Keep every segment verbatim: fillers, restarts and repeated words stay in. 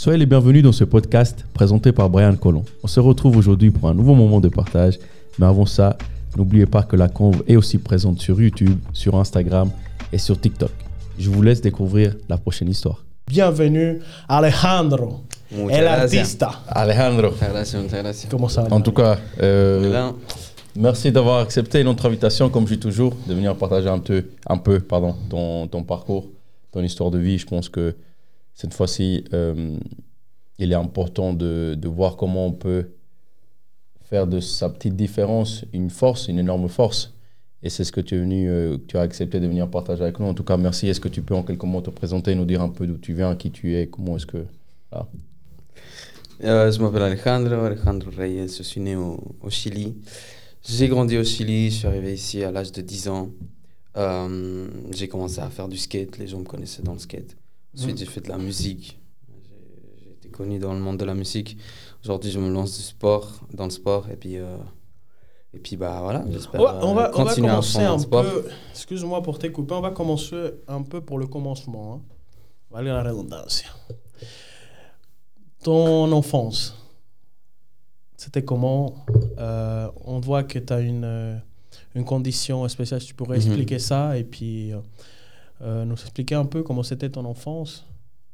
Soyez les bienvenus dans ce podcast présenté par Brian Colomb. On se retrouve aujourd'hui pour un nouveau moment de partage. Mais avant ça, n'oubliez pas que la conve est aussi présente sur YouTube, sur Instagram et sur TikTok. Je vous laisse découvrir la prochaine histoire. Bienvenue Alejandro, Muchas el gracias. artista. Alejandro, Muchas gracias, muchas gracias. Comment ça va? en tout cas, euh, Là, merci d'avoir accepté notre invitation, comme je dis toujours, de venir partager un peu, un peu pardon, ton, ton parcours, ton histoire de vie. Je pense que cette fois-ci, euh, il est important de, de voir comment on peut faire de sa petite différence une force, une énorme force. Et c'est ce que tu es venu, euh, tu as accepté de venir partager avec nous. En tout cas, merci. Est-ce que tu peux en quelques mots te présenter, nous dire un peu d'où tu viens, qui tu es, comment est-ce que... Voilà. euh, je m'appelle Alejandro, Alejandro Reyes, je suis né au, au Chili. J'ai grandi au Chili, je suis arrivé ici à l'âge de dix ans. Euh, j'ai commencé à faire du skate, les gens me connaissaient dans le skate. Ensuite, mmh. j'ai fait de la musique. J'ai, j'ai été connu dans le monde de la musique. Aujourd'hui, je me lance du sport, dans le sport. Et puis, euh, et puis bah, voilà, j'espère Ouais, on va, euh, continuer on va à commencer fond un sport. peu, excuse-moi pour t'écouper, on va commencer un peu pour le commencement. Hein. Vale la redondance. Ton enfance, c'était comment? euh, On voit que tu as une, euh, une condition spéciale, tu pourrais Mm-hmm. expliquer ça et puis euh, euh, nous expliquer un peu comment c'était ton enfance.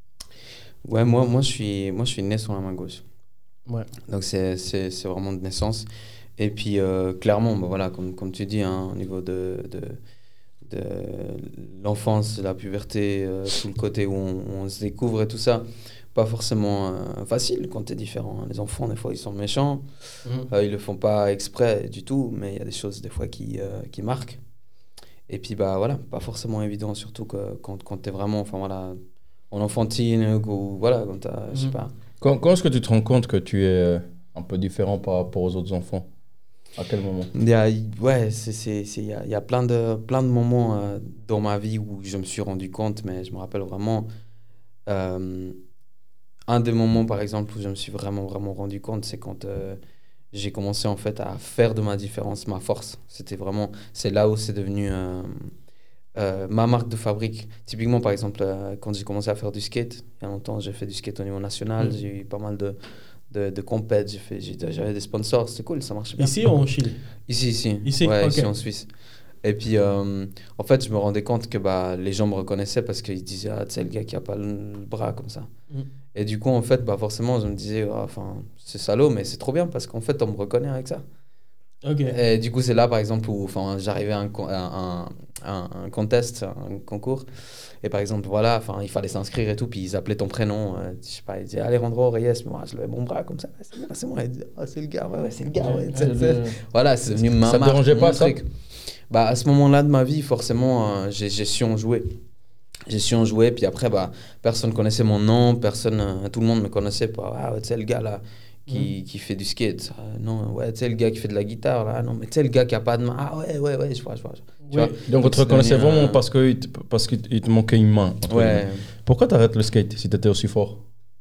Ouais, moi, moi, je suis, moi, je suis né sur la main gauche. Ouais. Donc, c'est, c'est, c'est vraiment de naissance. Et puis, euh, clairement, bah, voilà, comme, comme tu dis, hein, au niveau de, de, de l'enfance, la puberté, euh, tout le côté où on, où on se découvre et tout ça, pas forcément euh, facile quand tu es différent. Hein. Les enfants, des fois, ils sont méchants. Mmh. Euh, ils le font pas exprès du tout, mais il y a des choses, des fois, qui, euh, qui marquent. Et puis, bah voilà, pas forcément évident, surtout que, quand, quand tu es vraiment, enfin voilà, en enfantine, ou voilà, quand tu as, je sais Mmh. pas. Quand, quand est-ce que tu te rends compte que tu es euh, un peu différent par rapport aux autres enfants? À quel moment? Il y a, ouais, c'est, c'est, c'est, il y a, il y a plein de, plein de moments euh, dans ma vie où je me suis rendu compte, mais je me rappelle vraiment. Euh, un des moments, par exemple, où je me suis vraiment, vraiment rendu compte, c'est quand euh, j'ai commencé en fait à faire de ma différence ma force. C'était vraiment, c'est là où c'est devenu euh, euh, ma marque de fabrique. Typiquement, par exemple, euh, quand j'ai commencé à faire du skate, il y a longtemps, j'ai fait du skate au niveau national, Mmh. j'ai eu pas mal de de, de compètes, j'ai fait, j'ai, j'avais des sponsors, c'était cool, ça marchait bien. Ici ou en Chili? Ici, ici. Ici, ouais, ok. ici en Suisse. Et puis, euh, en fait, je me rendais compte que bah, les gens me reconnaissaient parce qu'ils disaient, ah, tu sais, le gars qui a pas le bras comme ça. Mm. Et du coup, en fait, bah, forcément, je me disais, ah, enfin, c'est salaud, mais c'est trop bien parce qu'en fait, on me reconnaît avec ça. Ok. Et du coup, c'est là, par exemple, où enfin, j'arrivais à un, con- à un, un, un contest, un concours. Et par exemple, voilà, enfin, il fallait s'inscrire et tout, puis ils appelaient ton prénom. Euh, je sais pas, ils disaient Alejandro Reyes, mais moi, je levais mon bras comme ça. C'est moi, c'est moi. Ils disaient, ah, c'est le gars, ouais, ouais, c'est le gars. Ouais, Ouais, ouais, voilà, c'est devenu ma Ça te marque, dérangeait mon pas, ça? truc. Bah, à ce moment-là de ma vie, forcément, euh, j'ai, j'ai su en jouer. J'ai su en jouer, puis après, bah, personne connaissait mon nom, personne, euh, tout le monde me connaissait pas. Ah, ouais, tu sais, le gars là, qui, Mm. qui fait du skate. Ah, non, ouais, tu sais, le gars qui fait de la guitare là. Non, mais tu sais, le gars qui a pas de main. Ah, ouais, ouais, ouais, je vois, je vois. Tu Oui. vois Donc, on te c'est reconnaissait devenu, vraiment euh, parce qu'il te, parce qu'il te- il te manquait une main. entre Ouais. guillemets. Pourquoi t'arrêtes le skate si t'étais aussi fort?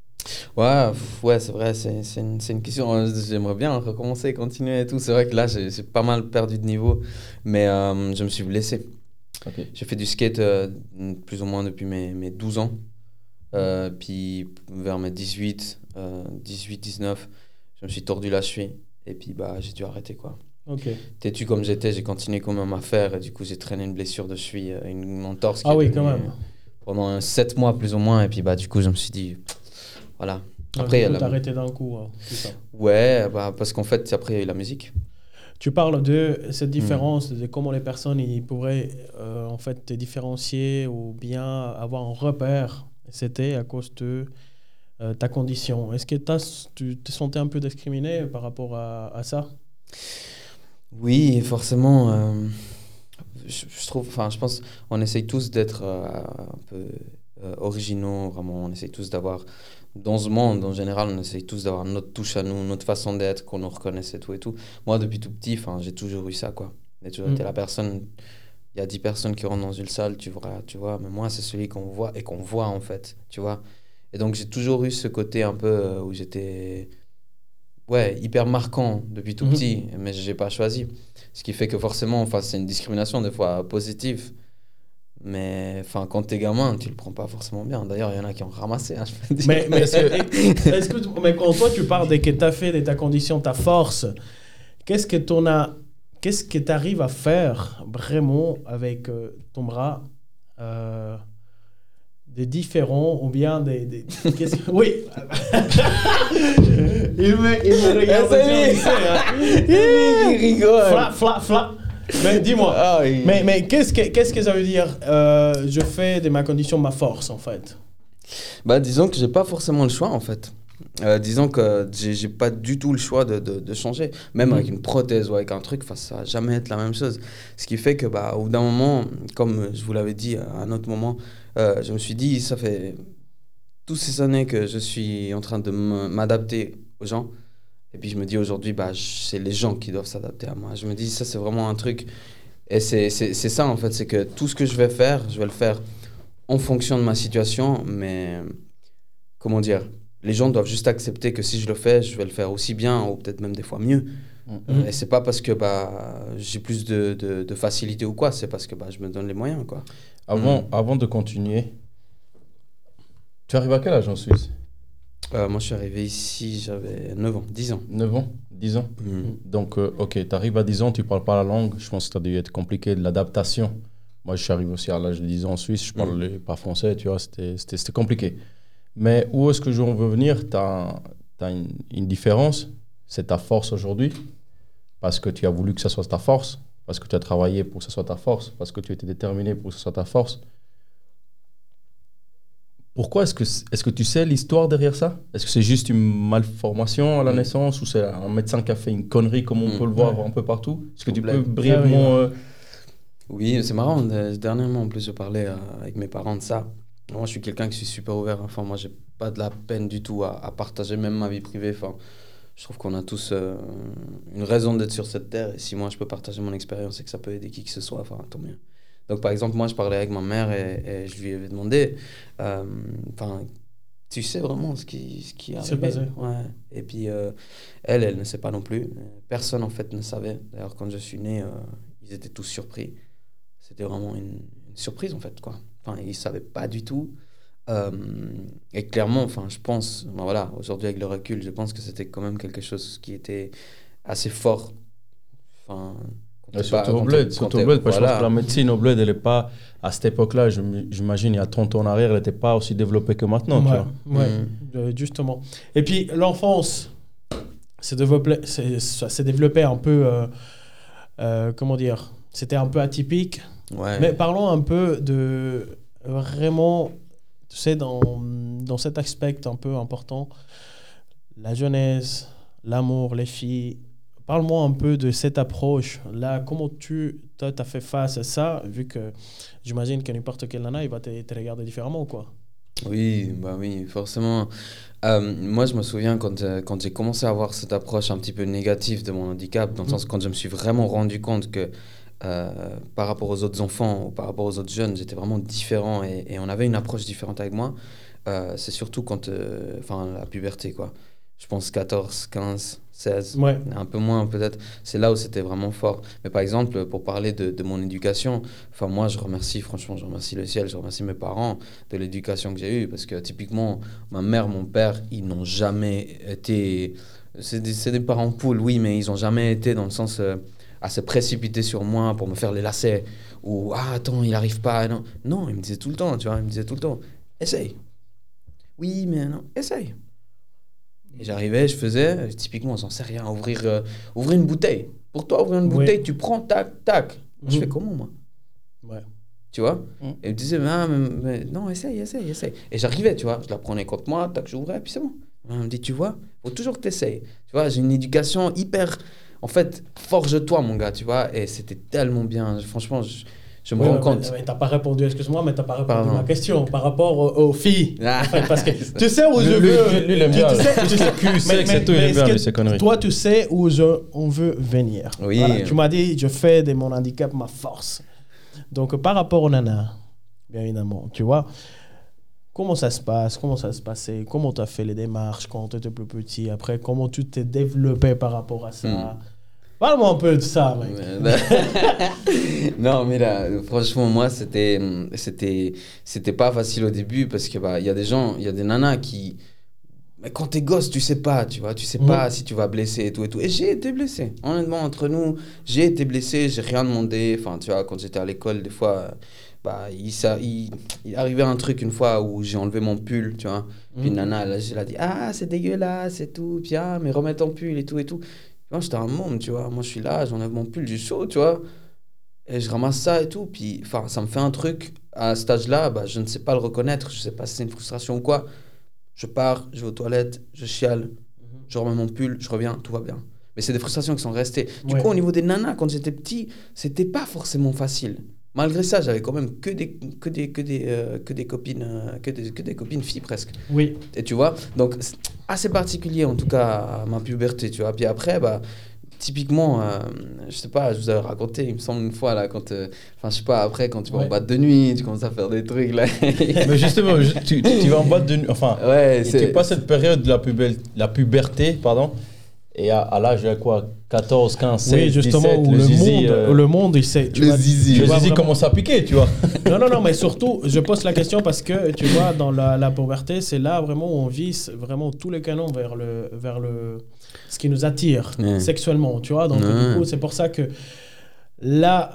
Ouais, pff, ouais, c'est vrai, c'est, c'est, une, c'est une question. euh, J'aimerais bien recommencer, continuer et tout. C'est vrai que là, j'ai, j'ai pas mal perdu de niveau, mais euh, je me suis blessé. Ok. J'ai fait du skate euh, plus ou moins depuis mes, mes douze ans. Euh, puis vers mes dix-huit, euh, dix-huit dix-neuf, je me suis tordu la cheville. Et puis bah, j'ai dû arrêter quoi. Ok. Têtu comme j'étais, j'ai continué quand même à faire. Et du coup, j'ai traîné une blessure de cheville, euh, une entorse qui Ah est oui, devenue, quand même. pendant sept mois plus ou moins. Et puis bah, du coup, je me suis dit, voilà. Après, Après, il y a tu la- t'as arrêté d'un coup. Hein, c'est ça. Ouais, bah, parce qu'en fait, après, il y a eu la musique. Tu parles de Hmm. cette différence, de comment les personnes ils pourraient euh, en fait te différencier ou bien avoir un repère. C'était à cause de euh, ta condition. Est-ce que t'as, tu te sentais un peu discriminé par rapport à, à ça? Oui, forcément. euh, je, je trouve, enfin, je pense, on essaye tous d'être euh, un peu euh, originaux, vraiment. On essaye tous d'avoir, dans ce monde en général, on essaye tous d'avoir notre touche à nous, notre façon d'être, qu'on nous reconnaisse et tout et tout. Moi, depuis tout petit, enfin, j'ai toujours eu ça, quoi. J'ai toujours Mm. été la personne. Il y a dix personnes qui rentrent dans une salle, tu vois, tu vois, mais moi, c'est celui qu'on voit et qu'on voit, en fait, tu vois. Et donc, j'ai toujours eu ce côté un peu euh, où j'étais, ouais, hyper marquant depuis tout Mhm. petit, mais j'ai pas choisi. Ce qui fait que forcément, enfin, c'est une discrimination des fois positive, Mais enfin, quand t'es gamin, tu le prends pas forcément bien. D'ailleurs, il y en a qui ont ramassé. Hein, je peux dire. Mais, mais, est-ce que, est-ce que, mais quand toi, tu parles de ce que tu as fait, de ta condition, ta force, qu'est-ce que tu as, qu'est-ce que tu arrives à faire vraiment avec euh, ton bras euh, des différents ou bien des. des qu'est-ce que, oui! il, me, il me regarde. Il rigole. Fla, fla, fla. Mais dis-moi, Ah, oui. mais, mais qu'est-ce, que, qu'est-ce que ça veut dire euh, je fais de ma condition ma force en fait? Bah, disons que j'ai pas forcément le choix en fait. Euh, disons que j'ai, j'ai pas du tout le choix de, de, de changer. Même mmh. avec une prothèse ou avec un truc, ça va jamais être la même chose. Ce qui fait que, bah, au bout d'un moment, comme je vous l'avais dit à un autre moment, euh, je me suis dit, ça fait toutes ces années que je suis en train de m'adapter aux gens. Et puis je me dis aujourd'hui, bah, c'est les gens qui doivent s'adapter à moi. Je me dis, ça c'est vraiment un truc. Et c'est, c'est, c'est ça en fait, c'est que tout ce que je vais faire, je vais le faire en fonction de ma situation. Mais comment dire, les gens doivent juste accepter que si je le fais, je vais le faire aussi bien ou peut-être même des fois mieux. Mm-hmm. Et c'est pas parce que bah, j'ai plus de, de, de facilité ou quoi, c'est parce que bah, je me donne les moyens, quoi. Avant, Mm. avant de continuer, tu arrives à quel âge en Suisse? Euh, moi, je suis arrivé ici, j'avais neuf ans, dix ans. neuf ans, dix ans. Mm. Donc, euh, ok, tu arrives à dix ans, tu ne parles pas la langue. Je pense que ça a dû être compliqué, de l'adaptation. Moi, je suis arrivé aussi à l'âge de dix ans en Suisse, je ne parlais mm. pas français, tu vois, c'était, c'était, c'était compliqué. Mais où est-ce que je veux venir? Tu as une, une différence, c'est ta force aujourd'hui, parce que tu as voulu que ça soit ta force, parce que tu as travaillé pour que ça soit ta force, parce que tu étais déterminé pour que ce soit ta force. Pourquoi est-ce que, est-ce que tu sais l'histoire derrière ça? Est-ce que c'est juste une malformation à la mmh. naissance ou c'est un médecin qui a fait une connerie comme on mmh. peut le voir ouais. un peu partout? Est-ce que tu peux brièvement... Euh... Oui, c'est marrant. Dernièrement, en plus, je parlais avec mes parents de ça. Moi, je suis quelqu'un qui suis super ouvert. Enfin, moi, j'ai pas de la peine du tout à, à partager même ma vie privée. Enfin, je trouve qu'on a tous euh, une raison d'être sur cette terre. Et si moi, je peux partager mon expérience et que ça peut aider qui que ce soit, enfin, tant mieux. Donc, par exemple, moi, je parlais avec ma mère et, et je lui avais demandé, euh, tu sais vraiment ce qui, ce qui est arrivé? Ouais. Et puis, euh, elle, elle ne sait pas non plus. Personne, en fait, ne savait. D'ailleurs, quand je suis né, euh, ils étaient tous surpris. C'était vraiment une, une surprise, en fait, quoi. Enfin, ils ne savaient pas du tout. Euh, et clairement, enfin, je pense, ben voilà, aujourd'hui, avec le recul, je pense que c'était quand même quelque chose qui était assez fort. Enfin... Ouais, surtout au bled, surtout au bled, parce que voilà. Je pense que la médecine au bled, elle n'est pas, à cette époque-là, j'imagine, il y a trente ans en arrière, elle n'était pas aussi développée que maintenant. Ouais, tu vois. Ouais, mmh. justement. Et puis, l'enfance s'est développé, c'est, ça s'est développé un peu, euh, euh, comment dire, c'était un peu atypique. Ouais. Mais parlons un peu de vraiment, tu sais, dans, dans cet aspect un peu important, la jeunesse, l'amour, les filles. Parle-moi un peu de cette approche-là. Comment tu as fait face à ça, vu que j'imagine que n'importe quel nana, il va te, te regarder différemment, quoi. Oui, bah oui, forcément. Euh, moi, je me souviens quand, euh, quand j'ai commencé à avoir cette approche un petit peu négative de mon handicap, dans le mmh. sens quand je me suis vraiment rendu compte que euh, par rapport aux autres enfants ou par rapport aux autres jeunes, j'étais vraiment différent et, et on avait une approche différente avec moi. Euh, c'est surtout quand, enfin, euh, la puberté, quoi. Je pense quatorze, quinze, seize, ouais. un peu moins peut-être. C'est là où c'était vraiment fort. Mais par exemple, pour parler de, de mon éducation, enfin moi je remercie, franchement, je remercie le ciel, je remercie mes parents de l'éducation que j'ai eue. Parce que typiquement, ma mère, mon père, ils n'ont jamais été... C'est des, c'est des parents poules, oui, mais ils n'ont jamais été dans le sens euh, à se précipiter sur moi pour me faire les lacets. Ou, ah, attends, il n'arrive pas. Non. non, ils me disaient tout le temps, tu vois, ils me disaient tout le temps, essaye. Oui, mais non, essaye. Et j'arrivais, je faisais, typiquement, j'en sais rien, ouvrir, euh, ouvrir une bouteille. Pour toi, ouvrir une bouteille, oui. tu prends, tac, tac. Mmh. Je fais comment, moi? Ouais. Tu vois? mmh. Et il me disait, mais, mais, mais, non, essaye, essaye, essaye. Et j'arrivais, tu vois, je la prenais contre moi, tac, j'ouvrais, puis c'est bon. Elle me dit, tu vois, il faut toujours que tu essayes. Tu vois, j'ai une éducation hyper... En fait, forge-toi, mon gars, tu vois. Et c'était tellement bien. Franchement, je... Je me oui, rends compte. Tu n'as pas répondu, excuse-moi, mais tu n'as pas répondu Pardon. à ma question par rapport aux, aux filles. Ah. En fait, parce que tu sais où je lui, veux. Lui, lui, il aime bien. Tu sais, tu sais, tu sais que c'est tout, il aime bien, ces conneries. Toi, tu sais où je, on veut venir. Oui. Voilà. Tu m'as dit, je fais de mon handicap ma force. Donc, par rapport aux nanas, bien évidemment, tu vois, comment ça se passe, comment ça se passait, comment tu as fait les démarches quand tu étais plus petit, après, comment tu t'es développé par rapport à ça. Hmm. Parle-moi un peu de ça, mec. Non, mais là, franchement, moi, c'était, c'était, c'était pas facile au début parce que bah, y a des gens, il y a des nanas qui. Mais quand t'es gosse, tu sais pas, tu vois, tu sais mmh. pas si tu vas blesser et tout et tout. Et j'ai été blessé. Honnêtement, entre nous, j'ai été blessé, j'ai rien demandé. Enfin, tu vois, quand j'étais à l'école, des fois, bah, il, ça, il, il arrivait un truc une fois où j'ai enlevé mon pull, tu vois. Mmh. Puis nana, là, elle a dit, ah, c'est dégueulasse et tout. Puis, ah, mais remets ton pull et tout et tout. Moi, j'étais un môme, tu vois. Moi, je suis là, j'enlève mon pull du chaud, tu vois. Et je ramasse ça et tout. Puis, enfin, ça me fait un truc. À cet âge-là, bah, je ne sais pas le reconnaître. Je sais pas si c'est une frustration ou quoi. Je pars, je vais aux toilettes, je chiale, mm-hmm. je remets mon pull, je reviens, tout va bien. Mais c'est des frustrations qui sont restées. Du ouais. coup, au niveau des nanas, quand j'étais petit, c'était pas forcément facile. Malgré ça, j'avais quand même que des, que des, que des, euh, que des copines, euh, que des, que des copines filles presque. Oui. Et tu vois, donc c'est assez particulier en tout cas à ma puberté, tu vois. Puis après, bah, typiquement, euh, je sais pas, je vous avais raconté, il me semble une fois là, quand, enfin euh, je sais pas, après quand tu vas ouais. en boîte de nuit, tu commences à faire des trucs là. Mais justement, tu, tu vas en boîte de nuit, enfin, ouais, c'est pas cette période de la, pubel, la puberté, pardon. Et à, à l'âge de quoi, quatorze, quinze, seize, oui, justement, dix-sept, où le, le, zizi, monde, euh, le monde, il sait. Tu le vois, zizi, tu le zizi vraiment... commence à piquer, tu vois. Non, non, non, mais surtout, je pose la question parce que, tu vois, dans la, la puberté, c'est là vraiment où on vise vraiment tous les canons vers, le, vers le, ce qui nous attire mmh. sexuellement, tu vois. Donc, mmh. du coup, c'est pour ça que là,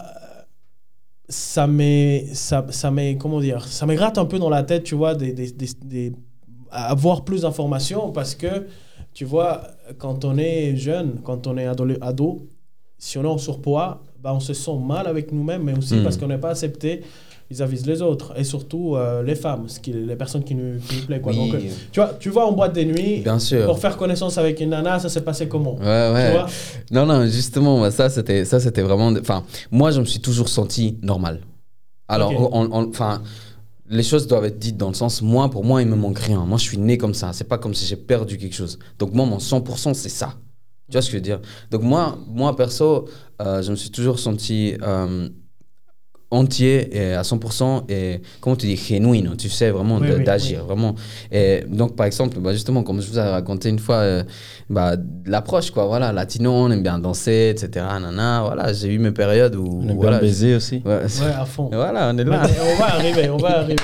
ça m'est, ça, ça m'est, comment dire, ça me gratte un peu dans la tête, tu vois, des, des, des, des, avoir plus d'informations parce que, tu vois, quand on est jeune, quand on est ado, ado si on est en surpoids, bah on se sent mal avec nous-mêmes, mais aussi mmh. parce qu'on n'est pas accepté vis-à-vis des autres. Et surtout, euh, les femmes, ce qui, les personnes qui nous, qui nous plaisent. Quoi. Oui. Donc, tu vois, tu vas en boîte de nuit, bien sûr. Pour faire connaissance avec une nana, ça s'est passé comment? Ouais, ouais. Tu vois? Non, non, justement, ça, c'était, ça, c'était vraiment... Enfin, moi, je me suis toujours senti normal. Alors, enfin... Okay. Les choses doivent être dites dans le sens, moi, pour moi, il me manque rien. Moi, je suis né comme ça. C'est pas comme si j'ai perdu quelque chose. Donc, moi, mon cent pour cent, c'est ça. Tu vois ce que je veux dire? Donc, moi, moi perso, euh, je me suis toujours senti euh, entier et à cent pour cent et, comment tu dis, genuino, tu sais, vraiment oui, oui, d'agir. Oui. Vraiment. Et donc, par exemple, bah, justement, comme je vous ai raconté une fois, euh, bah, l'approche, quoi. Voilà, latino, on aime bien danser, et cetera. Nana, voilà, j'ai eu mes périodes où. On aime voilà, bien baiser aussi. Ouais, ouais, à fond. Et voilà, on est là. Mais on va arriver, on va arriver.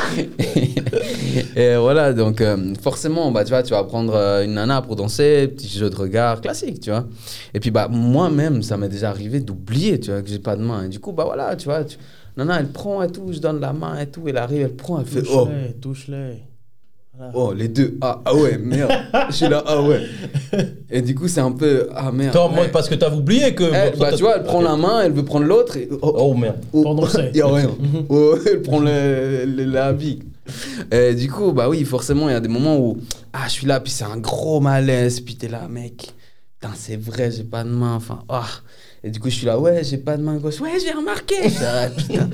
Et voilà, donc euh, forcément, bah, tu vois, tu vas prendre euh, une nana pour danser, petit jeu de regard classique, tu vois. Et puis, bah, moi-même, ça m'est déjà arrivé d'oublier, tu vois, que j'ai pas de main. Et du coup, bah voilà, tu vois, tu... nana, elle prend et tout, je donne la main et tout, elle arrive, elle prend, elle fait touche oh. Touche-les, touche-les. Voilà. Oh, les deux, ah, ah ouais, merde. Je suis là, ah ouais. Et du coup, c'est un peu, ah merde. Toi, moi, parce que t'as oublié que. Elle, bah, tu vois, elle prend okay. la main, elle veut prendre l'autre. Et, oh, oh merde. Oh, pendant ça. Il y a rien. Oh, elle prend le, le, la vie. Et du coup, bah oui, forcément, il y a des moments où, ah, je suis là, puis c'est un gros malaise, puis t'es là, mec, putain, c'est vrai, j'ai pas de main, enfin, ah. Oh. Et du coup, je suis là, ouais, j'ai pas de main gauche. Ouais, j'ai remarqué. Ah, putain.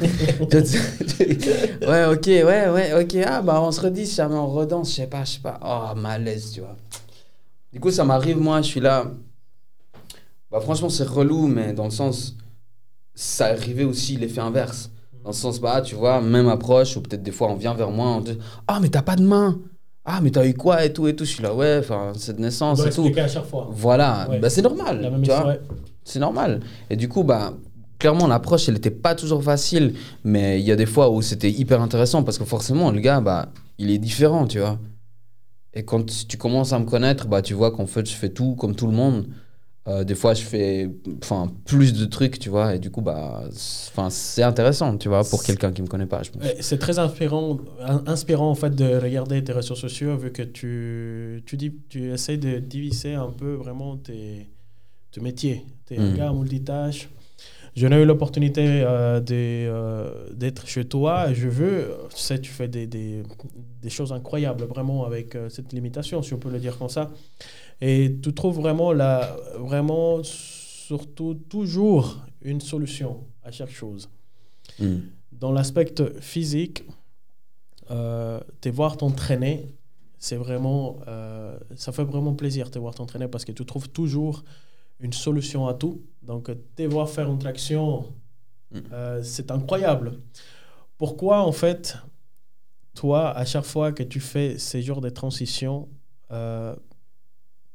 Ouais, ok, ouais, ouais, ok. Ah, bah, on se redit, si jamais on redanse, je sais pas, je sais pas. Oh, malaise, tu vois. Du coup, ça m'arrive, moi, je suis là. Bah, franchement, c'est relou, mais dans le sens, ça arrivait aussi l'effet inverse. Dans le sens, bah, tu vois, même approche, ou peut-être des fois, on vient vers moi, on dit, ah, mais t'as pas de main. Ah, mais t'as eu quoi et tout et tout. Je suis là, ouais, enfin, c'est de naissance et tout. À chaque fois. Voilà, ouais. Bah, c'est normal. La même tu histoire, vois. Ouais. C'est normal. Et du coup, bah, clairement, l'approche, elle n'était pas toujours facile, mais il y a des fois où c'était hyper intéressant parce que forcément, le gars, bah, il est différent, tu vois. Et quand tu commences à me connaître, bah, tu vois qu'en fait, je fais tout comme tout le monde. Euh, des fois, je fais enfin, plus de trucs, tu vois. Et du coup, bah, c'est intéressant, tu vois, pour quelqu'un qui ne me connaît pas, je pense. C'est très inspirant, inspirant, en fait, de regarder tes réseaux sociaux, vu que tu, tu, dis, tu essaies de diviser un peu vraiment tes... de métier. Tu es mmh. un gars multitâche. Je n'ai eu l'opportunité euh, de, euh, d'être chez toi. Je veux, tu sais, tu fais des, des, des choses incroyables, vraiment, avec euh, cette limitation, si on peut le dire comme ça. Et tu trouves vraiment, la, vraiment surtout, toujours une solution à chaque chose. Mmh. Dans l'aspect physique, euh, te voir t'entraîner, c'est vraiment, euh, ça fait vraiment plaisir de te voir t'entraîner parce que tu trouves toujours une solution à tout. Donc, te voir faire une traction, mmh. euh, c'est incroyable. Pourquoi, en fait, toi, à chaque fois que tu fais ces genres de transitions, euh,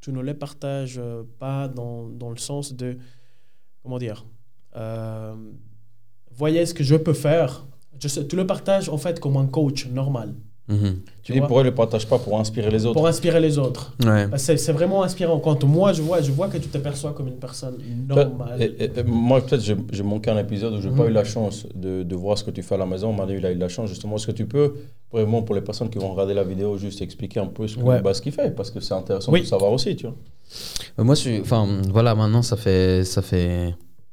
tu ne les partages euh, pas dans, dans le sens de, comment dire, euh, voyez ce que je peux faire. Je sais, tu le partages en fait comme un coach normal. Mm-hmm. Tu dis pourquoi ils ne le partagent pas pour inspirer les autres? Pour inspirer les autres. Ouais. C'est, c'est vraiment inspirant. Quand moi je vois, je vois que tu te perçois comme une personne normale. Et, et, et, moi, peut-être, j'ai, j'ai manqué un épisode où je n'ai Mm-hmm. pas eu la chance de, de voir ce que tu fais à la maison. Manu, il a eu la chance, justement. Est-ce que tu peux, vraiment, pour les personnes qui vont regarder la vidéo, juste expliquer un peu ce, que, Ouais. bah, ce qu'il fait? Parce que c'est intéressant Oui. de savoir aussi, tu vois. Euh, Moi, je suis, enfin, voilà, maintenant, ça fait, ça fait,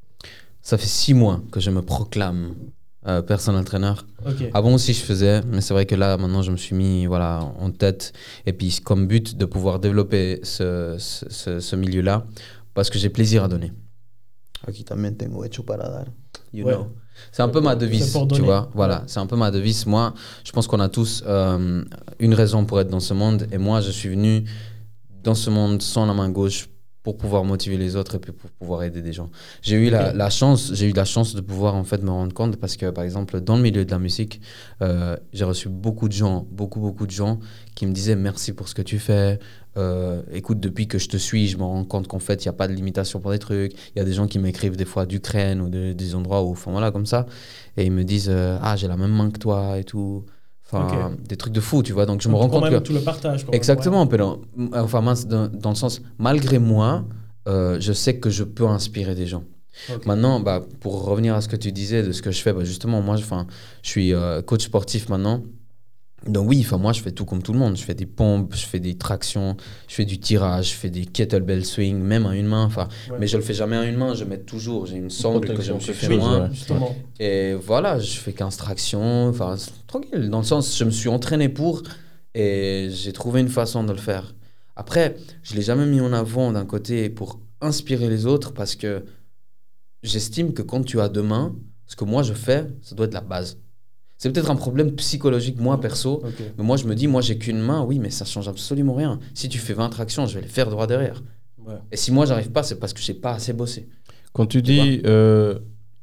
ça fait six mois que je me proclame euh, personal trainer. Ok. Avant aussi, je faisais, mais c'est vrai que là, maintenant, je me suis mis, voilà, en tête, et puis comme but de pouvoir développer ce, ce, ce, ce milieu-là, parce que j'ai plaisir à donner. Aquí también tengo hecho para dar. You Ouais. know. C'est un peu ma devise, C'est pour tu donner. vois. Voilà, Ouais. c'est un peu ma devise. Moi, je pense qu'on a tous euh, une raison pour être dans ce monde, et moi, je suis venu dans ce monde sans la main gauche pour pouvoir motiver les autres et puis pour pouvoir aider des gens. J'ai eu la, Ok. la chance, j'ai eu la chance de pouvoir en fait me rendre compte parce que par exemple dans le milieu de la musique, euh, j'ai reçu beaucoup de gens, beaucoup beaucoup de gens qui me disaient merci pour ce que tu fais. Euh, écoute, depuis que je te suis, je me rends compte qu'en fait il y a pas de limitation pour des trucs. Il y a des gens qui m'écrivent des fois d'Ukraine ou de, des endroits où, enfin voilà comme ça, et ils me disent euh, ah j'ai la même main que toi et tout. Enfin, Ok. des trucs de fou, tu vois. Donc je me Donc, rends quand compte même, que tu le partages. Quand même, exactement, ouais. un peu dans, enfin, mince, dans, dans le sens, malgré moi, euh, je sais que je peux inspirer des gens. Ok. Maintenant, bah, pour revenir à ce que tu disais de ce que je fais, bah, justement, moi, je, je suis euh, coach sportif maintenant. Donc oui, enfin moi je fais tout comme tout le monde. Je fais des pompes, je fais des tractions, je fais du tirage, je fais des kettlebell swing, même à une main. Enfin, Ouais. mais je le fais jamais à une main. Je mets toujours, j'ai une sangle que je me suis fait quelque chose, moi. ouais. Justement. Et voilà, je fais quinze tractions, enfin, c'est tranquille. Dans le sens, je me suis entraîné pour et j'ai trouvé une façon de le faire. Après, je ne l'ai jamais mis en avant d'un côté pour inspirer les autres parce que j'estime que quand tu as deux mains, ce que moi je fais, ça doit être la base. C'est peut-être un problème psychologique, moi, perso. Ok. Mais moi, je me dis, moi, j'ai qu'une main, oui, mais ça change absolument rien. Si tu fais vingt tractions, je vais les faire droit derrière. Ouais. Et si moi, j'arrive pas, c'est parce que j'ai pas assez bossé. Quand tu dis euh,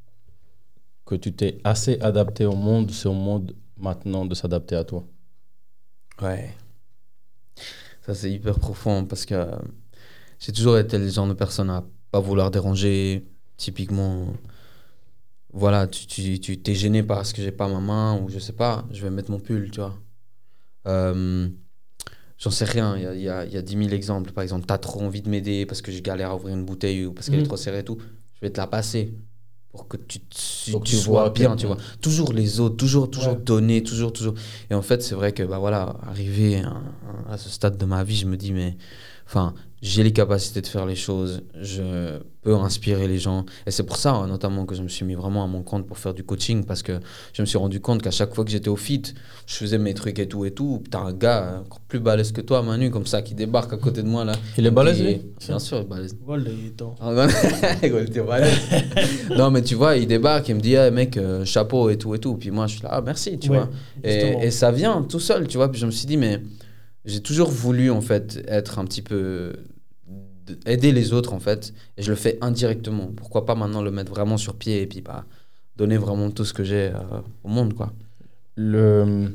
que tu t'es assez adapté au monde, c'est au monde maintenant de s'adapter à toi. Ouais. Ça, c'est hyper profond parce que euh, j'ai toujours été le genre de personne à pas vouloir déranger. Typiquement, voilà, tu, tu, tu t'es gêné parce que j'ai pas ma main ou je sais pas, je vais mettre mon pull, tu vois. Euh, J'en sais rien, il y a, il y, a, il y a dix mille exemples. Par exemple, t'as trop envie de m'aider parce que je galère à ouvrir une bouteille ou parce qu'elle Mhm. est trop serrée et tout. Je vais te la passer pour que tu, tu, Pour que tu tu sois vois bien, que- tu vois. Toujours les autres, toujours, toujours Ouais. donner, toujours, toujours. Et en fait, c'est vrai que, bah voilà, arrivé à, à ce stade de ma vie, je me dis, mais, enfin, j'ai les capacités de faire les choses, je peux inspirer les gens. Et c'est pour ça, hein, notamment, que je me suis mis vraiment à mon compte pour faire du coaching parce que je me suis rendu compte qu'à chaque fois que j'étais au fit, je faisais mes trucs et tout et tout. T'as un gars encore plus balèze que toi, Manu, comme ça, qui débarque à côté de moi, là. Il est balèze, Qui- lui Bien sûr, il est balèze. Vol de temps. Ah, ouais. Il était balèze. Non, mais tu vois, il débarque, il me dit, hey, mec, euh, chapeau et tout et tout. Puis moi, je suis là, ah, merci, tu Ouais, vois. justement. Et, et ça vient tout seul, tu vois. Puis je me suis dit, mais j'ai toujours voulu, en fait, être un petit peu. d- aider les autres, en fait. Et je le fais indirectement. Pourquoi pas maintenant le mettre vraiment sur pied et puis bah, donner vraiment tout ce que j'ai euh, au monde, quoi. Le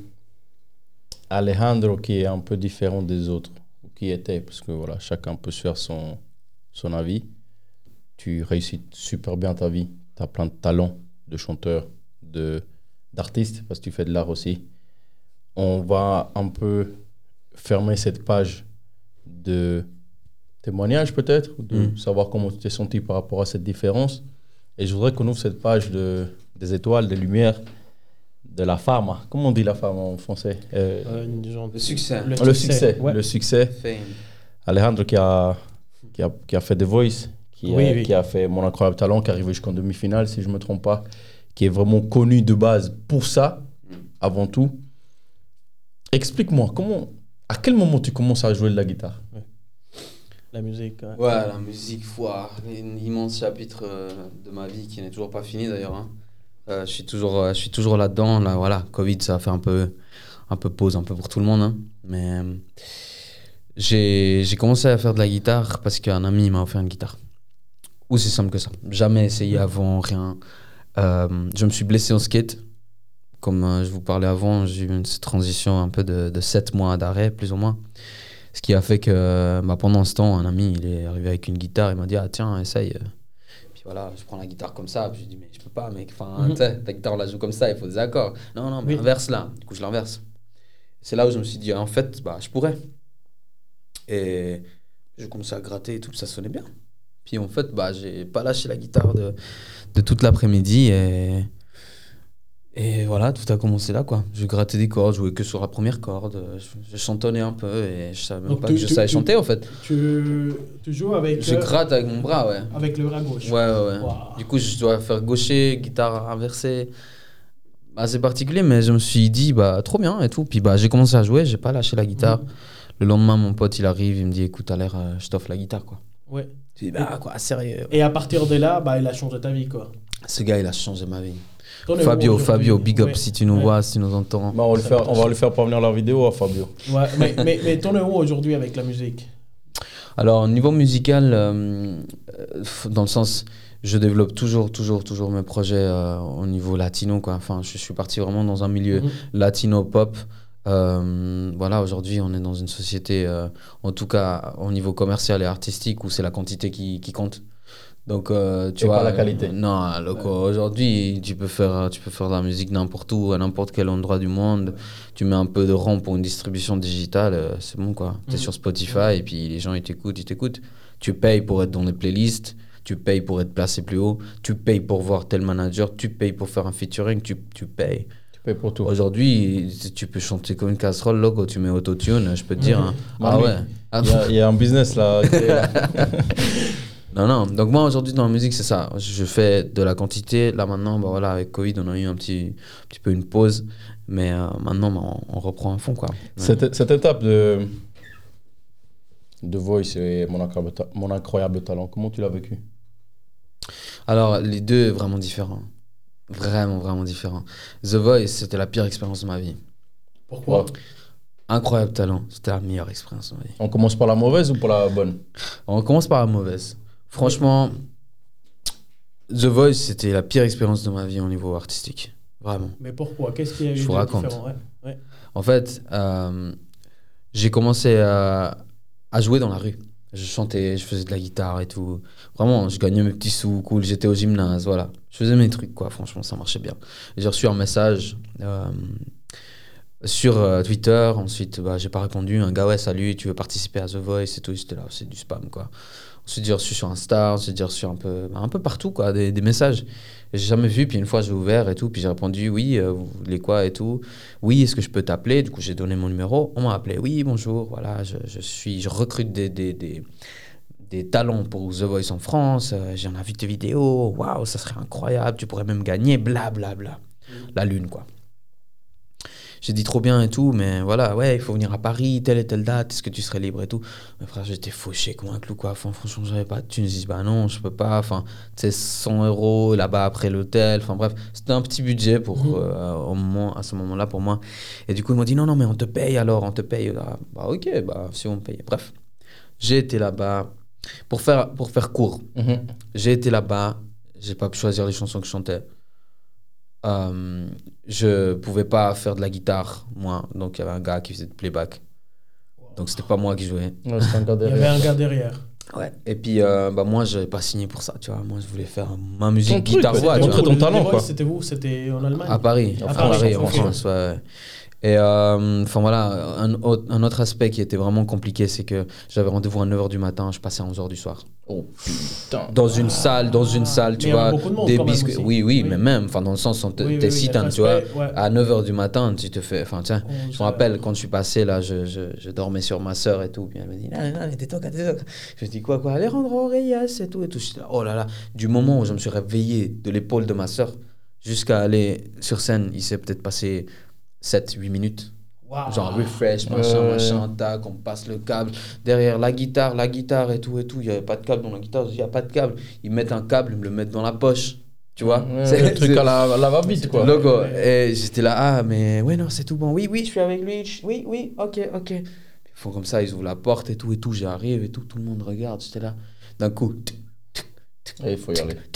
Alejandro qui est un peu différent des autres, ou qui était, parce que voilà, chacun peut se faire son, son avis. Tu réussis super bien ta vie, tu as plein de talents de chanteur, de, d'artiste, parce que tu fais de l'art aussi. On va un peu fermer cette page de témoignage peut-être, ou de Mm. savoir comment tu t'es senti par rapport à cette différence. Et je voudrais qu'on ouvre cette page de, des étoiles, des lumières, de la femme. Comment on dit la femme en français? Euh, Euh, une genre- Le succès. le succès, ouais. le succès. Fame. Alejandro qui a, qui a, qui a fait The Voice, qui, Oui, a, oui. qui a fait Mon Incroyable Talent, qui est arrivé jusqu'en demi-finale, si je ne me trompe pas, qui est vraiment connu de base pour ça, avant tout. Explique-moi, comment, à quel moment tu commences à jouer de la guitare? La musique. ouais. Ouais, la musique, foi, un immense chapitre euh, de ma vie qui n'est toujours pas fini d'ailleurs. Hein. Euh, je suis toujours, euh, je suis toujours là-dedans. Là, voilà, Covid, ça a fait un peu, un peu pause, un peu pour tout le monde. Hein. Mais euh, j'ai, j'ai commencé à faire de la guitare parce qu'un ami m'a offert une guitare. Aussi simple que ça. Jamais essayé avant, rien. Euh, je me suis blessé en skate. Comme euh, je vous parlais avant, j'ai eu une cette transition un peu de, de sept mois d'arrêt, plus ou moins. Ce qui a fait que bah, pendant ce temps, un ami, il est arrivé avec une guitare, il m'a dit, ah tiens, essaye. Puis voilà, je prends la guitare comme ça, puis je dis, mais je peux pas, mec. Enfin, mm-hmm. tu sais, ta guitare, on la joue comme ça, il faut des accords. Non, non, mais oui. inverse là. Du coup, je l'inverse. C'est là où je me suis dit, en fait, bah, je pourrais. Et je commençais à gratter et tout, ça sonnait bien. Puis en fait, bah, j'ai pas lâché la guitare de, de toute l'après-midi et, et voilà, tout a commencé là, quoi. Je grattais des cordes, je jouais que sur la première corde, je, je chantonnais un peu et je savais même Donc pas tu, que je tu, savais tu, chanter en fait. Tu, tu joues avec... Je gratte avec mon bras, ouais. Avec le bras gauche. Ouais, ouais, ouais. Wow. Du coup, je dois faire gaucher, guitare inversée. Bah, c'est particulier, mais je me suis dit, bah, trop bien et tout. Puis bah, j'ai commencé à jouer, j'ai pas lâché la guitare. Mmh. Le lendemain, mon pote, il arrive, il me dit, écoute, à l'air, euh, je t'offre la guitare, quoi. Ouais. Je dis, bah, quoi, sérieux. Et à partir de là, bah, il a changé ta vie, quoi. Ce gars, il a changé ma vie. Fabio, Fabio, big up, ouais. si tu nous ouais. vois, si tu nous entends. Bah, on, va le faire, on va lui faire parvenir la vidéo à Fabio. Ouais, mais, mais, mais t'en es où aujourd'hui avec la musique? Alors, au niveau musical, euh, dans le sens, je développe toujours, toujours, toujours mes projets euh, au niveau latino, quoi. Enfin, je suis parti vraiment dans un milieu mm-hmm. latino-pop. Euh, voilà, aujourd'hui, on est dans une société, euh, en tout cas au niveau commercial et artistique, où c'est la quantité qui, qui compte. Donc, euh, tu et vois, pas la qualité. Euh, non, loco, ouais. Aujourd'hui, tu peux faire, tu peux faire de la musique n'importe où, à n'importe quel endroit du monde. Tu mets un peu de rang pour une distribution digitale, euh, c'est bon, quoi. T'es mmh. sur Spotify mmh. et puis les gens ils t'écoutent, ils t'écoutent. Tu payes pour être dans les playlists. Tu payes pour être placé plus haut. Tu payes pour voir tel manager. Tu payes pour faire un featuring. Tu, tu payes. Pour tout. Aujourd'hui, tu peux chanter comme une casserole, logo, tu mets autotune, je peux te dire. Hein. Ah ouais. Il y, y a un business là. non, non. Donc moi, aujourd'hui, dans la musique, c'est ça. Je fais de la quantité. Là, maintenant, bah, voilà, avec Covid, on a eu un petit, un petit peu une pause. Mais euh, maintenant, bah, on, on reprend à fond, quoi. Ouais. Cette, cette étape de, de Voice et mon incroyable, mon incroyable talent, comment tu l'as vécu? Alors, les deux, vraiment différents. Vraiment, vraiment différent. The Voice, c'était la pire expérience de ma vie. Pourquoi? Incroyable talent, c'était la meilleure expérience de ma vie. On commence par la mauvaise ou par la bonne? On commence par la mauvaise. Franchement, The Voice, c'était la pire expérience de ma vie au niveau artistique. Vraiment. Mais pourquoi? Qu'est-ce qu'il y a eu Je vous de raconte. différent? Ouais. Ouais. En fait, euh, j'ai commencé à, à jouer dans la rue. Je chantais, je faisais de la guitare et tout. Vraiment, je gagnais mes petits sous, cool. J'étais au gymnase, voilà. Je faisais mes trucs, quoi. Franchement, ça marchait bien. J'ai reçu un message euh, sur euh, Twitter. Ensuite, bah, j'ai pas répondu. Un gars, ouais, salut, tu veux participer à The Voice et tout. J'étais là, c'est du spam, quoi. Ensuite, j'ai reçu sur Insta. Ensuite, j'ai reçu un peu, bah, un peu partout, quoi, des, des messages. Et j'ai jamais vu. Puis une fois, j'ai ouvert et tout. Puis j'ai répondu, oui, euh, vous voulez quoi et tout. Oui, est-ce que je peux t'appeler? Du coup, j'ai donné mon numéro. On m'a appelé. Oui, bonjour. Voilà, je, je suis, je recrute des, des, des, des talents pour The Voice en France. Euh, j'ai vu tes vidéos. Waouh, ça serait incroyable. Tu pourrais même gagner. Bla, bla, bla. Mmh. La lune, quoi. J'ai dit trop bien et tout, mais voilà, ouais, il faut venir à Paris, telle et telle date, est-ce que tu serais libre et tout. Mais frère, j'étais fauché comme un clou, quoi. Enfin, franchement, j'avais pas de thunes. Je dis, bah non, je peux pas. Enfin, tu sais, cent euros là-bas après l'hôtel. Enfin, bref, c'était un petit budget pour, mmh. euh, au moment, à ce moment-là pour moi. Et du coup, ils m'ont dit, non, non, mais on te paye alors, on te paye. Ah, bah, ok, bah, si on me paye. Bref, j'ai été là-bas. Pour faire, pour faire court, mmh. j'ai été là-bas, j'ai pas pu choisir les chansons que je chantais. Euh, je pouvais pas faire de la guitare, moi. Donc, il y avait un gars qui faisait de playback. Donc, c'était pas moi qui jouais. Ouais, un gars derrière. Il y avait un gars derrière. Ouais. Et puis, euh, bah, moi, j'avais pas signé pour ça, tu vois. Moi, je voulais faire ma musique guitare-voix. Montrer ton talent, quoi. C'était où? C'était en Allemagne? À Paris. À Paris, Paris en France, ouais. Et enfin euh, voilà, un, un autre aspect qui était vraiment compliqué, c'est que j'avais rendez-vous à neuf heures du matin, je passais à onze heures du soir. Oh putain. Dans une salle, dans une salle, tu vois, des biscuits. Oui, oui, oui, mais même, enfin dans le sens où t'es oui, oui, si oui, tu vois, ouais. À neuf heures du matin, tu te fais, enfin tiens, oh, je me rappelle quand je suis passé là, je, je, je dormais sur ma sœur et tout, puis elle me dit, non, non, non, détoque, détoque. Je dis quoi, quoi, Alejandro Reyes et tout, et tout. Je dis, oh là là, du moment où je me suis réveillé de l'épaule de ma sœur jusqu'à aller sur scène, il s'est peut-être passé sept huit minutes. Wow. Genre refresh, machin, euh... machin, tac, on passe le câble. Derrière la guitare, la guitare et tout et tout. Il n'y avait pas de câble dans la guitare. Il n'y a pas de câble. Ils mettent un câble, ils me le mettent dans la poche. Tu vois, ouais, c'est le truc à la, à la va-vite, quoi. Logo. Et j'étais là, ah, mais ouais, non, c'est tout bon. Oui, oui, je suis avec lui. Oui, oui, ok, ok. Ils font comme ça, ils ouvrent la porte et tout et tout. J'arrive et tout, tout le monde regarde. J'étais là. D'un coup, tic, tic, tic, Et il faut y aller.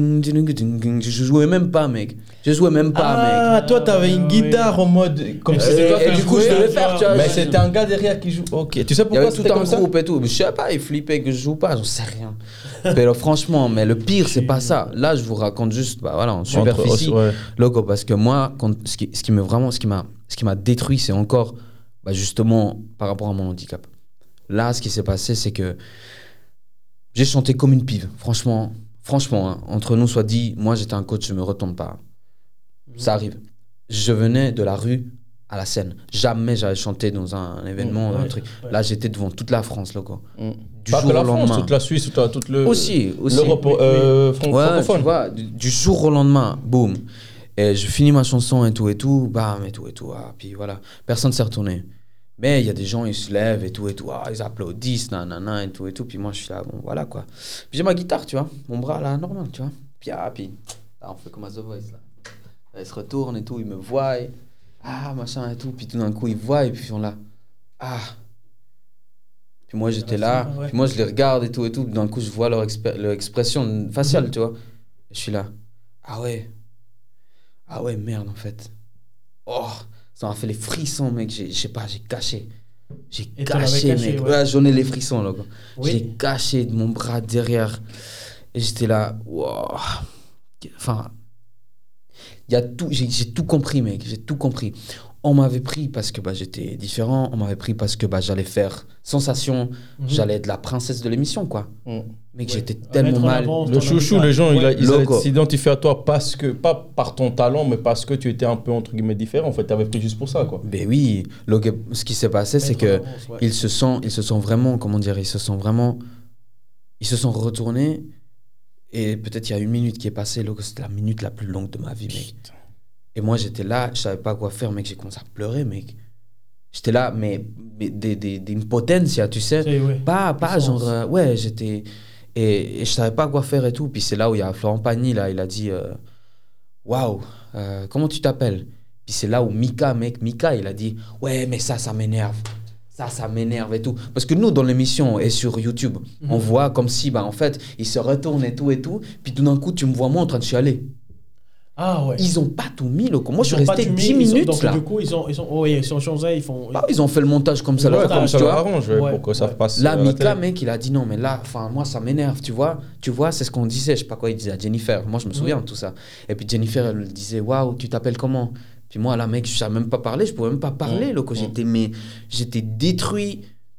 Je jouais même pas, mec. Je jouais même pas, mec. Ah, toi, t'avais une guitare en mode. Comme si c'était toi Et qui du coup, je jouais. devais faire, tu vois. Mais c'était un gars derrière qui joue. Ok. Tu sais Il y pourquoi avait tout c'était un comme ça? groupe et tout. Mais je sais pas, ils flippaient que je joue pas, j'en sais rien. Mais là, franchement, mais le pire, c'est pas ça. Là, je vous raconte juste, bah voilà, en superficie. Entre- ouais. Loco, parce que moi, quand, ce qui, ce qui me vraiment, ce qui m'a, ce qui m'a détruit, c'est encore, bah justement, par rapport à mon handicap. Là, ce qui s'est passé, c'est que j'ai chanté comme une pive. Franchement, franchement, hein, entre nous soit dit, moi, j'étais un coach, je me retombe pas. Ça arrive. Je venais de la rue à la scène. Jamais j'avais chanté dans un événement, Mmh, un ouais, truc. ouais. Là, j'étais devant toute la France, loco. Mm. Du Pas jour que la au France, lendemain. toute la Suisse, toute, la- toute le. Aussi, aussi. L'Europe Oui, oui. euh, fran- Ouais, francophone. tu vois, du, du jour au lendemain, boum. Et je finis ma chanson et tout et tout, bam et tout et tout. Ah, puis voilà, personne ne s'est retourné. Mais il y a des gens, ils se lèvent et tout et tout. Ah, ils applaudissent, nanana et tout et tout. Puis moi, je suis là, bon, voilà quoi. Puis j'ai ma guitare, tu vois, mon bras là, normal, tu vois. Puis, ah, puis là, on fait comme à The Voice là. Là, ils se retournent et tout, ils me voient. Et, ah, machin et tout. Puis tout d'un coup, ils voient et puis ils sont là. Ah. Puis moi, j'étais là. Ouais. Puis moi, je les regarde et tout et tout. Puis d'un coup, je vois leur, expé- leur expression faciale, tu vois. Et je suis là. Ah ouais. Ah ouais, merde, en fait. Oh, ça m'a fait les frissons, mec. J'ai- Je sais pas, j'ai caché. J'ai Et t'en avais caché, caché, mec. ouais. Ouais, j'en ai les frissons, là. Quoi. Oui. J'ai caché de mon bras derrière. Et j'étais là. Wow. Enfin, il y a tout, j'ai j'ai tout compris, mec. J'ai tout compris. On m'avait pris parce que bah, j'étais différent. On m'avait pris parce que bah, j'allais faire sensation. Mhm. J'allais être la princesse de l'émission, quoi. Mm. Mec, Ouais. j'étais À tellement mettre en mal. avant Le ton chouchou, handicap. les gens, Ouais. ils, a- ils allaient Loco. s'identifier à toi parce que, pas par ton talent, mais parce que tu étais un peu entre guillemets différent. En fait, t'avais pris juste pour ça, quoi. Ben oui, le- ce qui s'est passé, c'est Mettre que en avance, ouais. ils se sont, ils se sont vraiment, comment dire, ils se sont vraiment, ils se sont retournés et peut-être il y a une minute qui est passée, loco, c'était la minute la plus longue de ma vie, mec. Et moi j'étais là, je savais pas quoi faire, mec, j'ai commencé à pleurer, mec. J'étais là, mais, mais des, des, d'une potentia, tu sais, C'est- ouais. pas, pas Puissance. genre, euh, ouais, j'étais, et, et je savais pas quoi faire et tout. Puis c'est là où il y a Florent Pagny, là, il a dit, euh, waouh, euh, comment tu t'appelles? Puis c'est là où Mika, mec, Mika, il a dit, ouais, mais ça, ça m'énerve. Ça, ça m'énerve et tout. Parce que nous, dans l'émission et sur YouTube, Mhm. on voit comme si, bah, en fait, il se retourne et tout et tout. Puis tout d'un coup, tu me vois moi en train de chialer. Ah ouais. Ils ont pas tout mis, loco. Moi, je suis Ils ont pas resté tout mis, dix ils ont- minutes, donc, là. Du coup, ils ont, ils ont, oh, oui, ils ont changé, ils font. Bah, ils ont fait le montage comme ça, Ouais, leur comme arrange, ça tu leur vois. arrange, ouais, Ouais, pour que ça ouais. passe. Là, euh, à la Mika, télé. mec, il a dit non, mais là, enfin, moi, ça m'énerve, tu vois. Tu vois, c'est ce qu'on disait, je sais pas quoi il disait à Jennifer. Moi, je me souviens de tout ça. Et puis Jennifer, elle me disait, waouh, tu t'appelles comment? Puis moi, là, mec, je savais même pas parler, je pouvais même pas parler, Mm. loco. Mm. J'étais, mais, j'étais détruit.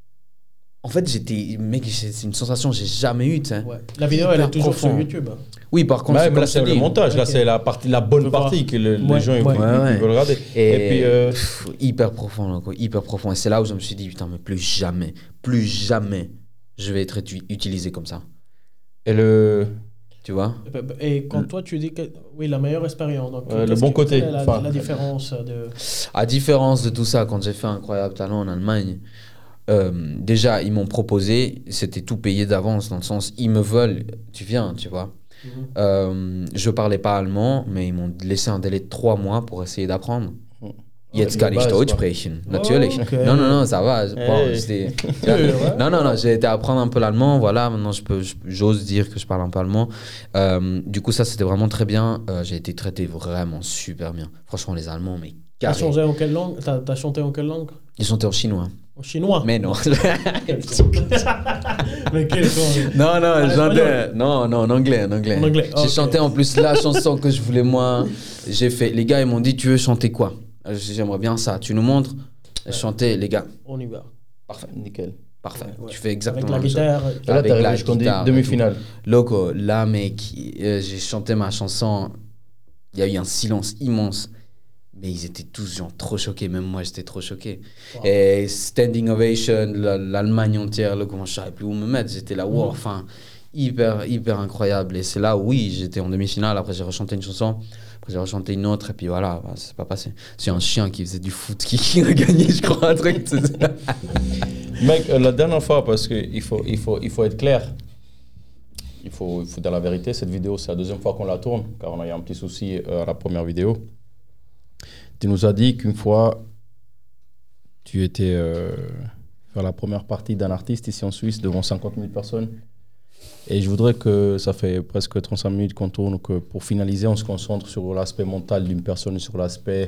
En fait, j'étais, mec, c'est c'est une sensation que j'ai jamais eue, tu sais. Ouais. La vidéo, elle est Hyper toujours profond. sur YouTube. Oui, par contre, Ouais, c'est mais comme là, je c'est te le dis. montage. Là, Ok. c'est la, partie, la bonne Je vois. partie que le- Ouais, les gens ils, ouais. ils- Ouais, ouais. ils veulent regarder. Et, Et puis, euh, pff, hyper profond, loco, hyper profond. Et c'est là où je me suis dit, putain, mais plus jamais, plus jamais, je vais être uti- utilisé comme ça. et le, Tu vois? Et quand toi, tu dis que. Oui, la meilleure expérience. Donc, Ouais, le qu'est-ce bon que- côté, quelle est La, enfin. la différence de. À différence de tout ça, quand j'ai fait Incroyable Talent en Allemagne, euh, déjà, ils m'ont proposé, c'était tout payé d'avance, dans le sens, ils me veulent, tu viens, tu vois. Mhm. Euh, je parlais pas allemand, mais ils m'ont laissé un délai de trois mois pour essayer d'apprendre. Jetzt kann ich base, Deutsch quoi. sprechen, natürlich. ok. Non, non, non, ça va. Bon, Hey. c'était- Ouais. non, non, non, j'ai été apprendre un peu l'allemand. Voilà, maintenant, je peux, je- j'ose dire que je parle un peu allemand. Euh, du coup, ça, c'était vraiment très bien. Euh, j'ai été traité vraiment super bien. Franchement, les Allemands, mais T'as carré. changé en quelle langue? T'as t'as chanté en quelle langue? Ils sont en chinois. En chinois. Mais non. Mais quelle langue? Non, non, En j'entends- espagnol. non, non, en anglais, en anglais. En anglais, J'ai ok. chanté en plus la chanson que je voulais moi. J'ai fait. Les gars, ils m'ont dit, tu veux chanter quoi? J'ai dit, j'aimerais bien ça. Tu nous montres? J'ai chanté, les gars. On y va. Parfait, nickel. parfait. Ouais, ouais. Tu fais Avec exactement la la même chose. guitare. Et là, Avec t'es la arrivé jusqu'en guitare et demi-finale. Loco, là, mec, euh, j'ai chanté ma chanson. Il y a eu un silence immense. Mais ils étaient tous genre trop choqués. Même moi, j'étais trop choqué. Wow. Et standing ovation, la- l'Allemagne entière, là, comment je savais plus où me mettre. J'étais là, wow, enfin, hyper, hyper incroyable. Et c'est là où, oui, j'étais en demi-finale. Après, j'ai rechanté une chanson. Après, j'ai rechanté une autre. Et puis voilà, bah, c'est pas passé. C'est un chien qui faisait du foot qui, qui a gagné, je crois, un truc. c'est ça. Mec, euh, la dernière fois, parce qu'il faut, il faut, il faut être clair, il faut, il faut dire la vérité, cette vidéo, c'est la deuxième fois qu'on la tourne, car on a eu un petit souci euh, à la première vidéo. Tu nous as dit qu'une fois, tu étais euh, faire la première partie d'un artiste ici en Suisse devant cinquante mille personnes. Et je voudrais que, ça fait presque trente-cinq minutes qu'on tourne, que pour finaliser, on se concentre sur l'aspect mental d'une personne, sur l'aspect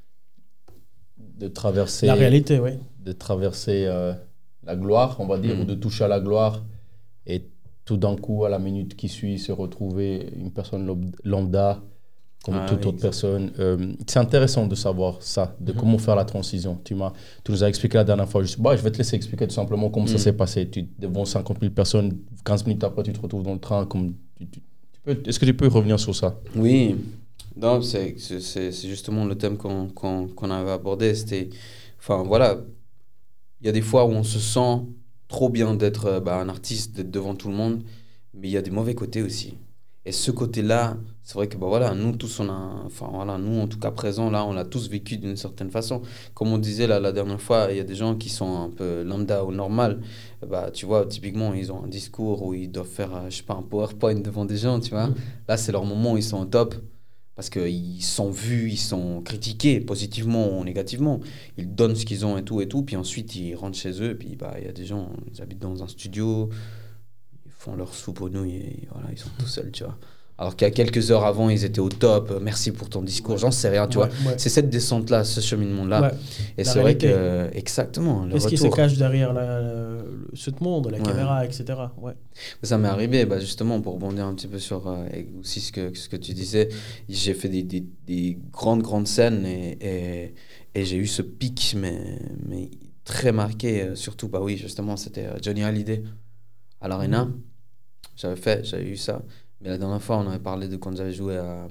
de traverser... La réalité, oui. De traverser euh, la gloire, on va dire, mmh. ou de toucher à la gloire. Et tout d'un coup, à la minute qui suit, se retrouver une personne lambda, comme ah, toute oui, autre personne. Euh, c'est intéressant de savoir ça, de mmh. comment faire la transition. Tu, m'as, tu nous as expliqué la dernière fois. Je, bah, je vais te laisser expliquer tout simplement comment mmh. ça s'est passé. Tu, devant cinquante mille personnes, quinze minutes après, tu te retrouves dans le train. Comme, tu, tu, tu peux, est-ce que tu peux revenir sur ça? Oui, non, c'est, c'est, c'est justement le thème qu'on, qu'on, qu'on avait abordé. C'était, enfin, voilà, il y a des fois où on se sent trop bien d'être bah, un artiste, d'être devant tout le monde, mais il y a des mauvais côtés aussi. Et ce côté-là, c'est vrai que bah voilà, nous tous, on a, enfin voilà, nous en tout cas présents là, on l'a tous vécu d'une certaine façon. Comme on disait là, la dernière fois, il y a des gens qui sont un peu lambda ou normal. Bah, tu vois, typiquement, ils ont un discours où ils doivent faire, je sais pas, un PowerPoint devant des gens, tu vois. Mmh. Là, c'est leur moment où ils sont au top parce qu'ils sont vus, ils sont critiqués positivement ou négativement. Ils donnent ce qu'ils ont et tout et tout, puis ensuite ils rentrent chez eux, puis bah il y a des gens, ils habitent dans un studio. Font leur soupe aux nouilles et voilà, ils sont tout seuls, tu vois. Alors qu'il y a quelques heures avant, ils étaient au top. Merci pour ton discours, j'en sais rien, tu ouais, vois. Ouais. C'est cette descente-là, ce cheminement-là. Ouais. Et la c'est réalité. vrai que, exactement, le Qu'est-ce retour. qui se cache derrière la, la, ce monde, la ouais. caméra, et cetera. Ouais. Ça m'est arrivé, bah, justement, pour rebondir un petit peu sur euh, aussi ce que, ce que tu disais. J'ai fait des, des, des grandes, grandes scènes et, et, et j'ai eu ce pic, mais, mais très marqué. Surtout, bah oui, justement, c'était Johnny Hallyday à l'Arena. Mmh. J'avais fait, j'avais eu ça. Mais la dernière fois, on avait parlé de quand j'avais joué à,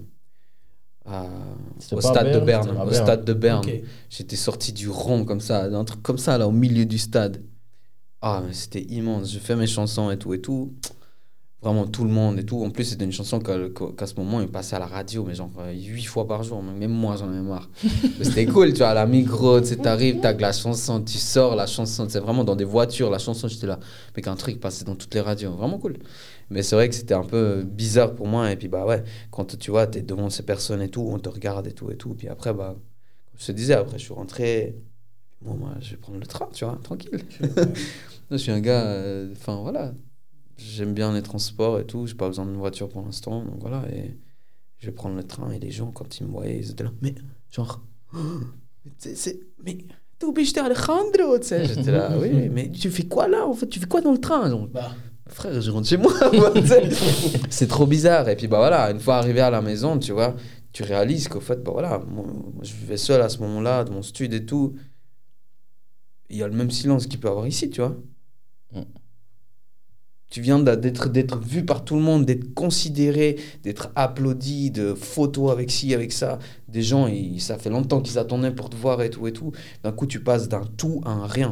à, au, stade Berne, Berne, au Berne. stade de Berne. Okay. J'étais sorti du rond comme ça, un truc comme ça, là, au milieu du stade. Ah, mais c'était immense. Je fais mes chansons et tout et tout. Vraiment tout le monde et tout. En plus, c'était une chanson qu'à, qu'à ce moment, il passait à la radio, mais genre huit fois par jour. Même moi, j'en avais marre. Mais c'était cool, tu vois, à la micro, tu sais, t'arrives, t'as la chanson, tu sors, la chanson, c'est vraiment dans des voitures, la chanson, j'étais là. Mais qu'un truc passait dans toutes les radios. Vraiment cool. Mais c'est vrai que c'était un peu bizarre pour moi. Et puis, bah ouais, quand tu vois, t'es devant ces personnes et tout, on te regarde et tout et tout. Puis après, bah, comme je te disais, après, je suis rentré. Bon, moi, je vais prendre le train, tu vois, tranquille. Je suis un gars, enfin, euh, voilà. J'aime bien les transports et tout, j'ai pas besoin d'une voiture pour l'instant, donc voilà, et je vais prendre le train, et les gens, quand ils me voyaient, ils étaient là, mais genre, oh, c'est, c'est, mais t'es obligé d'Alejandro, tu sais, j'étais là, oui, mais tu fais quoi là, en fait, tu fais quoi dans le train, genre, bah. Frère, je rentre chez moi, c'est trop bizarre, et puis bah voilà, une fois arrivé à la maison, tu vois, tu réalises qu'au fait, bah voilà, moi, je vivais seul à ce moment-là, de mon studio et tout, il y a le même silence qu'il peut y avoir ici, tu vois. Mm. Tu viens d'être, d'être vu par tout le monde, d'être considéré, d'être applaudi, de photos avec ci, avec ça. Des gens, ils, ça fait longtemps qu'ils attendaient pour te voir et tout et tout. D'un coup, tu passes d'un tout à un rien.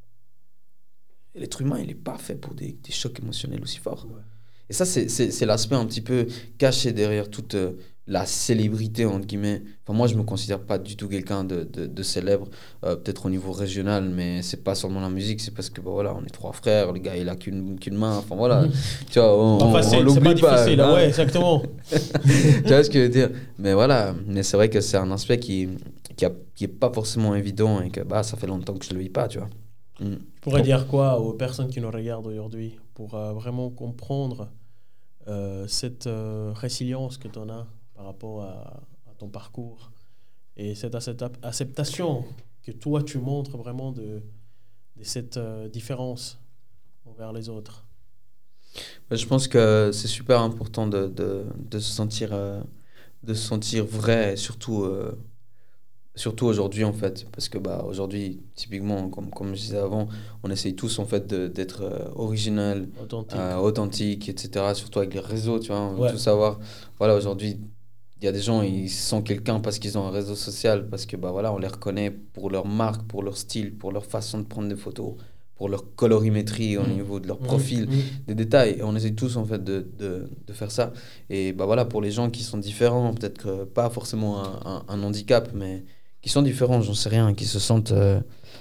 Et l'être humain, il n'est pas fait pour des, des chocs émotionnels aussi forts. Ouais. Et ça, c'est, c'est, c'est l'aspect un petit peu caché derrière toute euh, la célébrité, entre guillemets. Enfin, moi, je ne me considère pas du tout quelqu'un de, de, de célèbre, euh, peut-être au niveau régional, mais ce n'est pas seulement la musique, c'est parce que bah, voilà, on est trois frères, le gars, il n'a qu'une, qu'une main. Enfin, voilà. Mmh. Tu vois, on, pas facile, on l'oublie c'est pas. Difficile, pas, hein. Ouais, exactement. Tu vois ce que je veux dire? Mais voilà, mais c'est vrai que c'est un aspect qui n'est qui qui pas forcément évident et que bah, ça fait longtemps que je ne le vis pas, tu vois. Mmh. Tu pourrais dire quoi aux personnes qui nous regardent aujourd'hui pour euh, vraiment comprendre euh, cette euh, résilience que tu en as par rapport à, à ton parcours et cette acceptation que toi tu montres vraiment de, de cette euh, différence envers les autres? Je pense que c'est super important de, de, de, se, sentir, euh, de se sentir vrai, et surtout... Euh, Surtout aujourd'hui, en fait, parce que bah, aujourd'hui, typiquement, comme, comme je disais avant, on essaye tous, en fait, de, d'être euh, original, authentique. Euh, authentique, et cetera. Surtout avec les réseaux, tu vois, on veut ouais. tout savoir. Voilà, aujourd'hui, il y a des gens, ils sont quelqu'un parce qu'ils ont un réseau social, parce que, bah, voilà, on les reconnaît pour leur marque, pour leur style, pour leur façon de prendre des photos, pour leur colorimétrie au mmh. niveau de leur profil, mmh. des détails. Et on essaye tous, en fait, de, de, de faire ça. Et bah, voilà, pour les gens qui sont différents, peut-être que pas forcément un, un, un handicap, mais... qui sont différents, j'en sais rien, qui se sentent... Euh,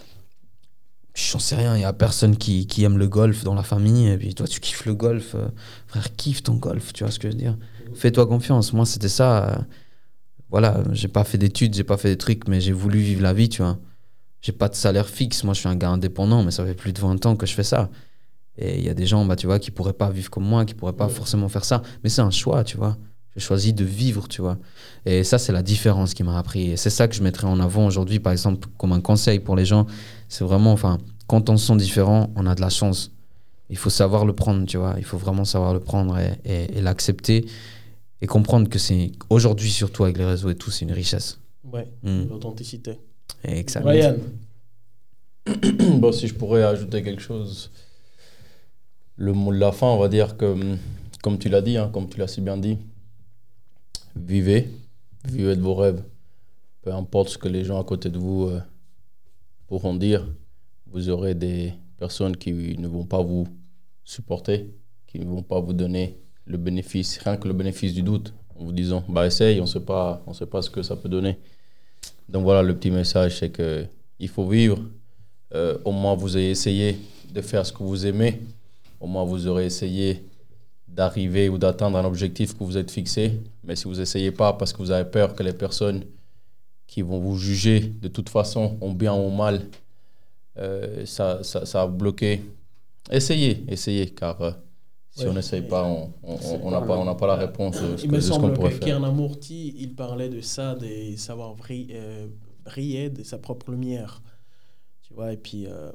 j'en sais rien, il n'y a personne qui, qui aime le golf dans la famille, et puis toi, tu kiffes le golf. Euh, frère, kiffe ton golf, tu vois ce que je veux dire? Fais-toi confiance. Moi, c'était ça. Euh, voilà, j'ai pas fait d'études, j'ai pas fait des trucs, mais j'ai voulu vivre la vie, tu vois. J'ai pas de salaire fixe. Moi, je suis un gars indépendant, mais ça fait plus de vingt ans que je fais ça. Et il y a des gens, bah, tu vois, qui pourraient pas vivre comme moi, qui pourraient pas Ouais. forcément faire ça. Mais c'est un choix, tu vois. J'ai choisi de vivre, tu vois. Et ça, c'est la différence qui m'a appris. Et c'est ça que je mettrais en avant aujourd'hui, par exemple, comme un conseil pour les gens. C'est vraiment, enfin, quand on se sent différent, on a de la chance. Il faut savoir le prendre, tu vois. Il faut vraiment savoir le prendre et, et, et l'accepter. Et comprendre que c'est, aujourd'hui, surtout avec les réseaux et tout, c'est une richesse. Ouais, Mm. l'authenticité. Et que ça Ryan, Bon, si je pourrais ajouter quelque chose, le mot de la fin, on va dire que, hum, comme tu l'as dit, hein, comme tu l'as si bien dit, vivez, vivez de vos rêves. Peu importe ce que les gens à côté de vous euh, pourront dire, vous aurez des personnes qui ne vont pas vous supporter, qui ne vont pas vous donner le bénéfice, rien que le bénéfice du doute, en vous disant, bah essaye, on ne sait pas, on sait pas ce que ça peut donner. Donc voilà, le petit message, c'est qu'il faut vivre. Euh, au moins, vous avez essayé de faire ce que vous aimez. Au moins, vous aurez essayé d'arriver ou d'atteindre un objectif que vous êtes fixé. Mais si vous n'essayez pas parce que vous avez peur que les personnes qui vont vous juger de toute façon, en bien ou en mal, euh, ça, ça, ça va bloquer. Essayez, essayez, car euh, si Ouais, on n'essaye pas, on c'est on n'a pas, on n'a pas la réponse de ce, il que- me de ce qu'on semble pourrait que faire. Kiernan Amourti, il parlait de ça, de savoir briller, euh, briller de sa propre lumière. Tu vois, et puis, euh,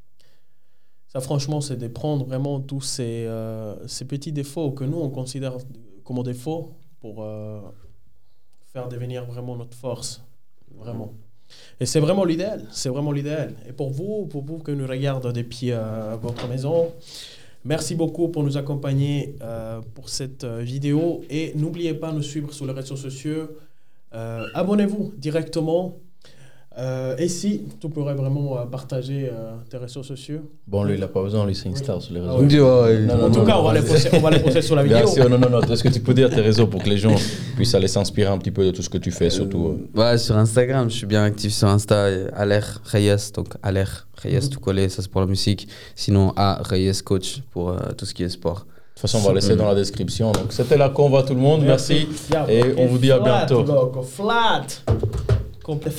ça, franchement, c'est de prendre vraiment tous ces, euh, ces petits défauts que nous, on considère comme défauts pour euh, faire devenir vraiment notre force. Vraiment. Et c'est vraiment l'idéal. C'est vraiment l'idéal. Et pour vous, pour vous qui nous regardez depuis euh, votre maison, merci beaucoup pour nous accompagner euh, pour cette euh, vidéo. Et n'oubliez pas de nous suivre sur les réseaux sociaux. Euh, abonnez-vous directement. Euh, et si tu pourrais vraiment euh, partager euh, tes réseaux sociaux. Bon, lui, il n'a pas besoin, lui, c'est une star sur les réseaux. Ah ouais. Non, non, En tout non, cas, on va, vas-y. les poster, on va les poster sur la Bien vidéo. sûr, non, non, non. Est-ce que tu peux dire tes réseaux pour que les gens puissent aller s'inspirer un petit peu de tout ce que tu fais, surtout euh, Ouais, sur Instagram, je suis bien actif sur Insta. Aller Reyes, donc Aller Reyes, Mhm. tout collé, ça c'est pour la musique. Sinon, A Reyes Coach pour euh, tout ce qui est sport. De toute façon, on va laisser dans la description. Donc, c'était la convo à tout le monde. Merci. Yeah, Et bro. on vous dit à Flat, bientôt. bro. Flat. Complet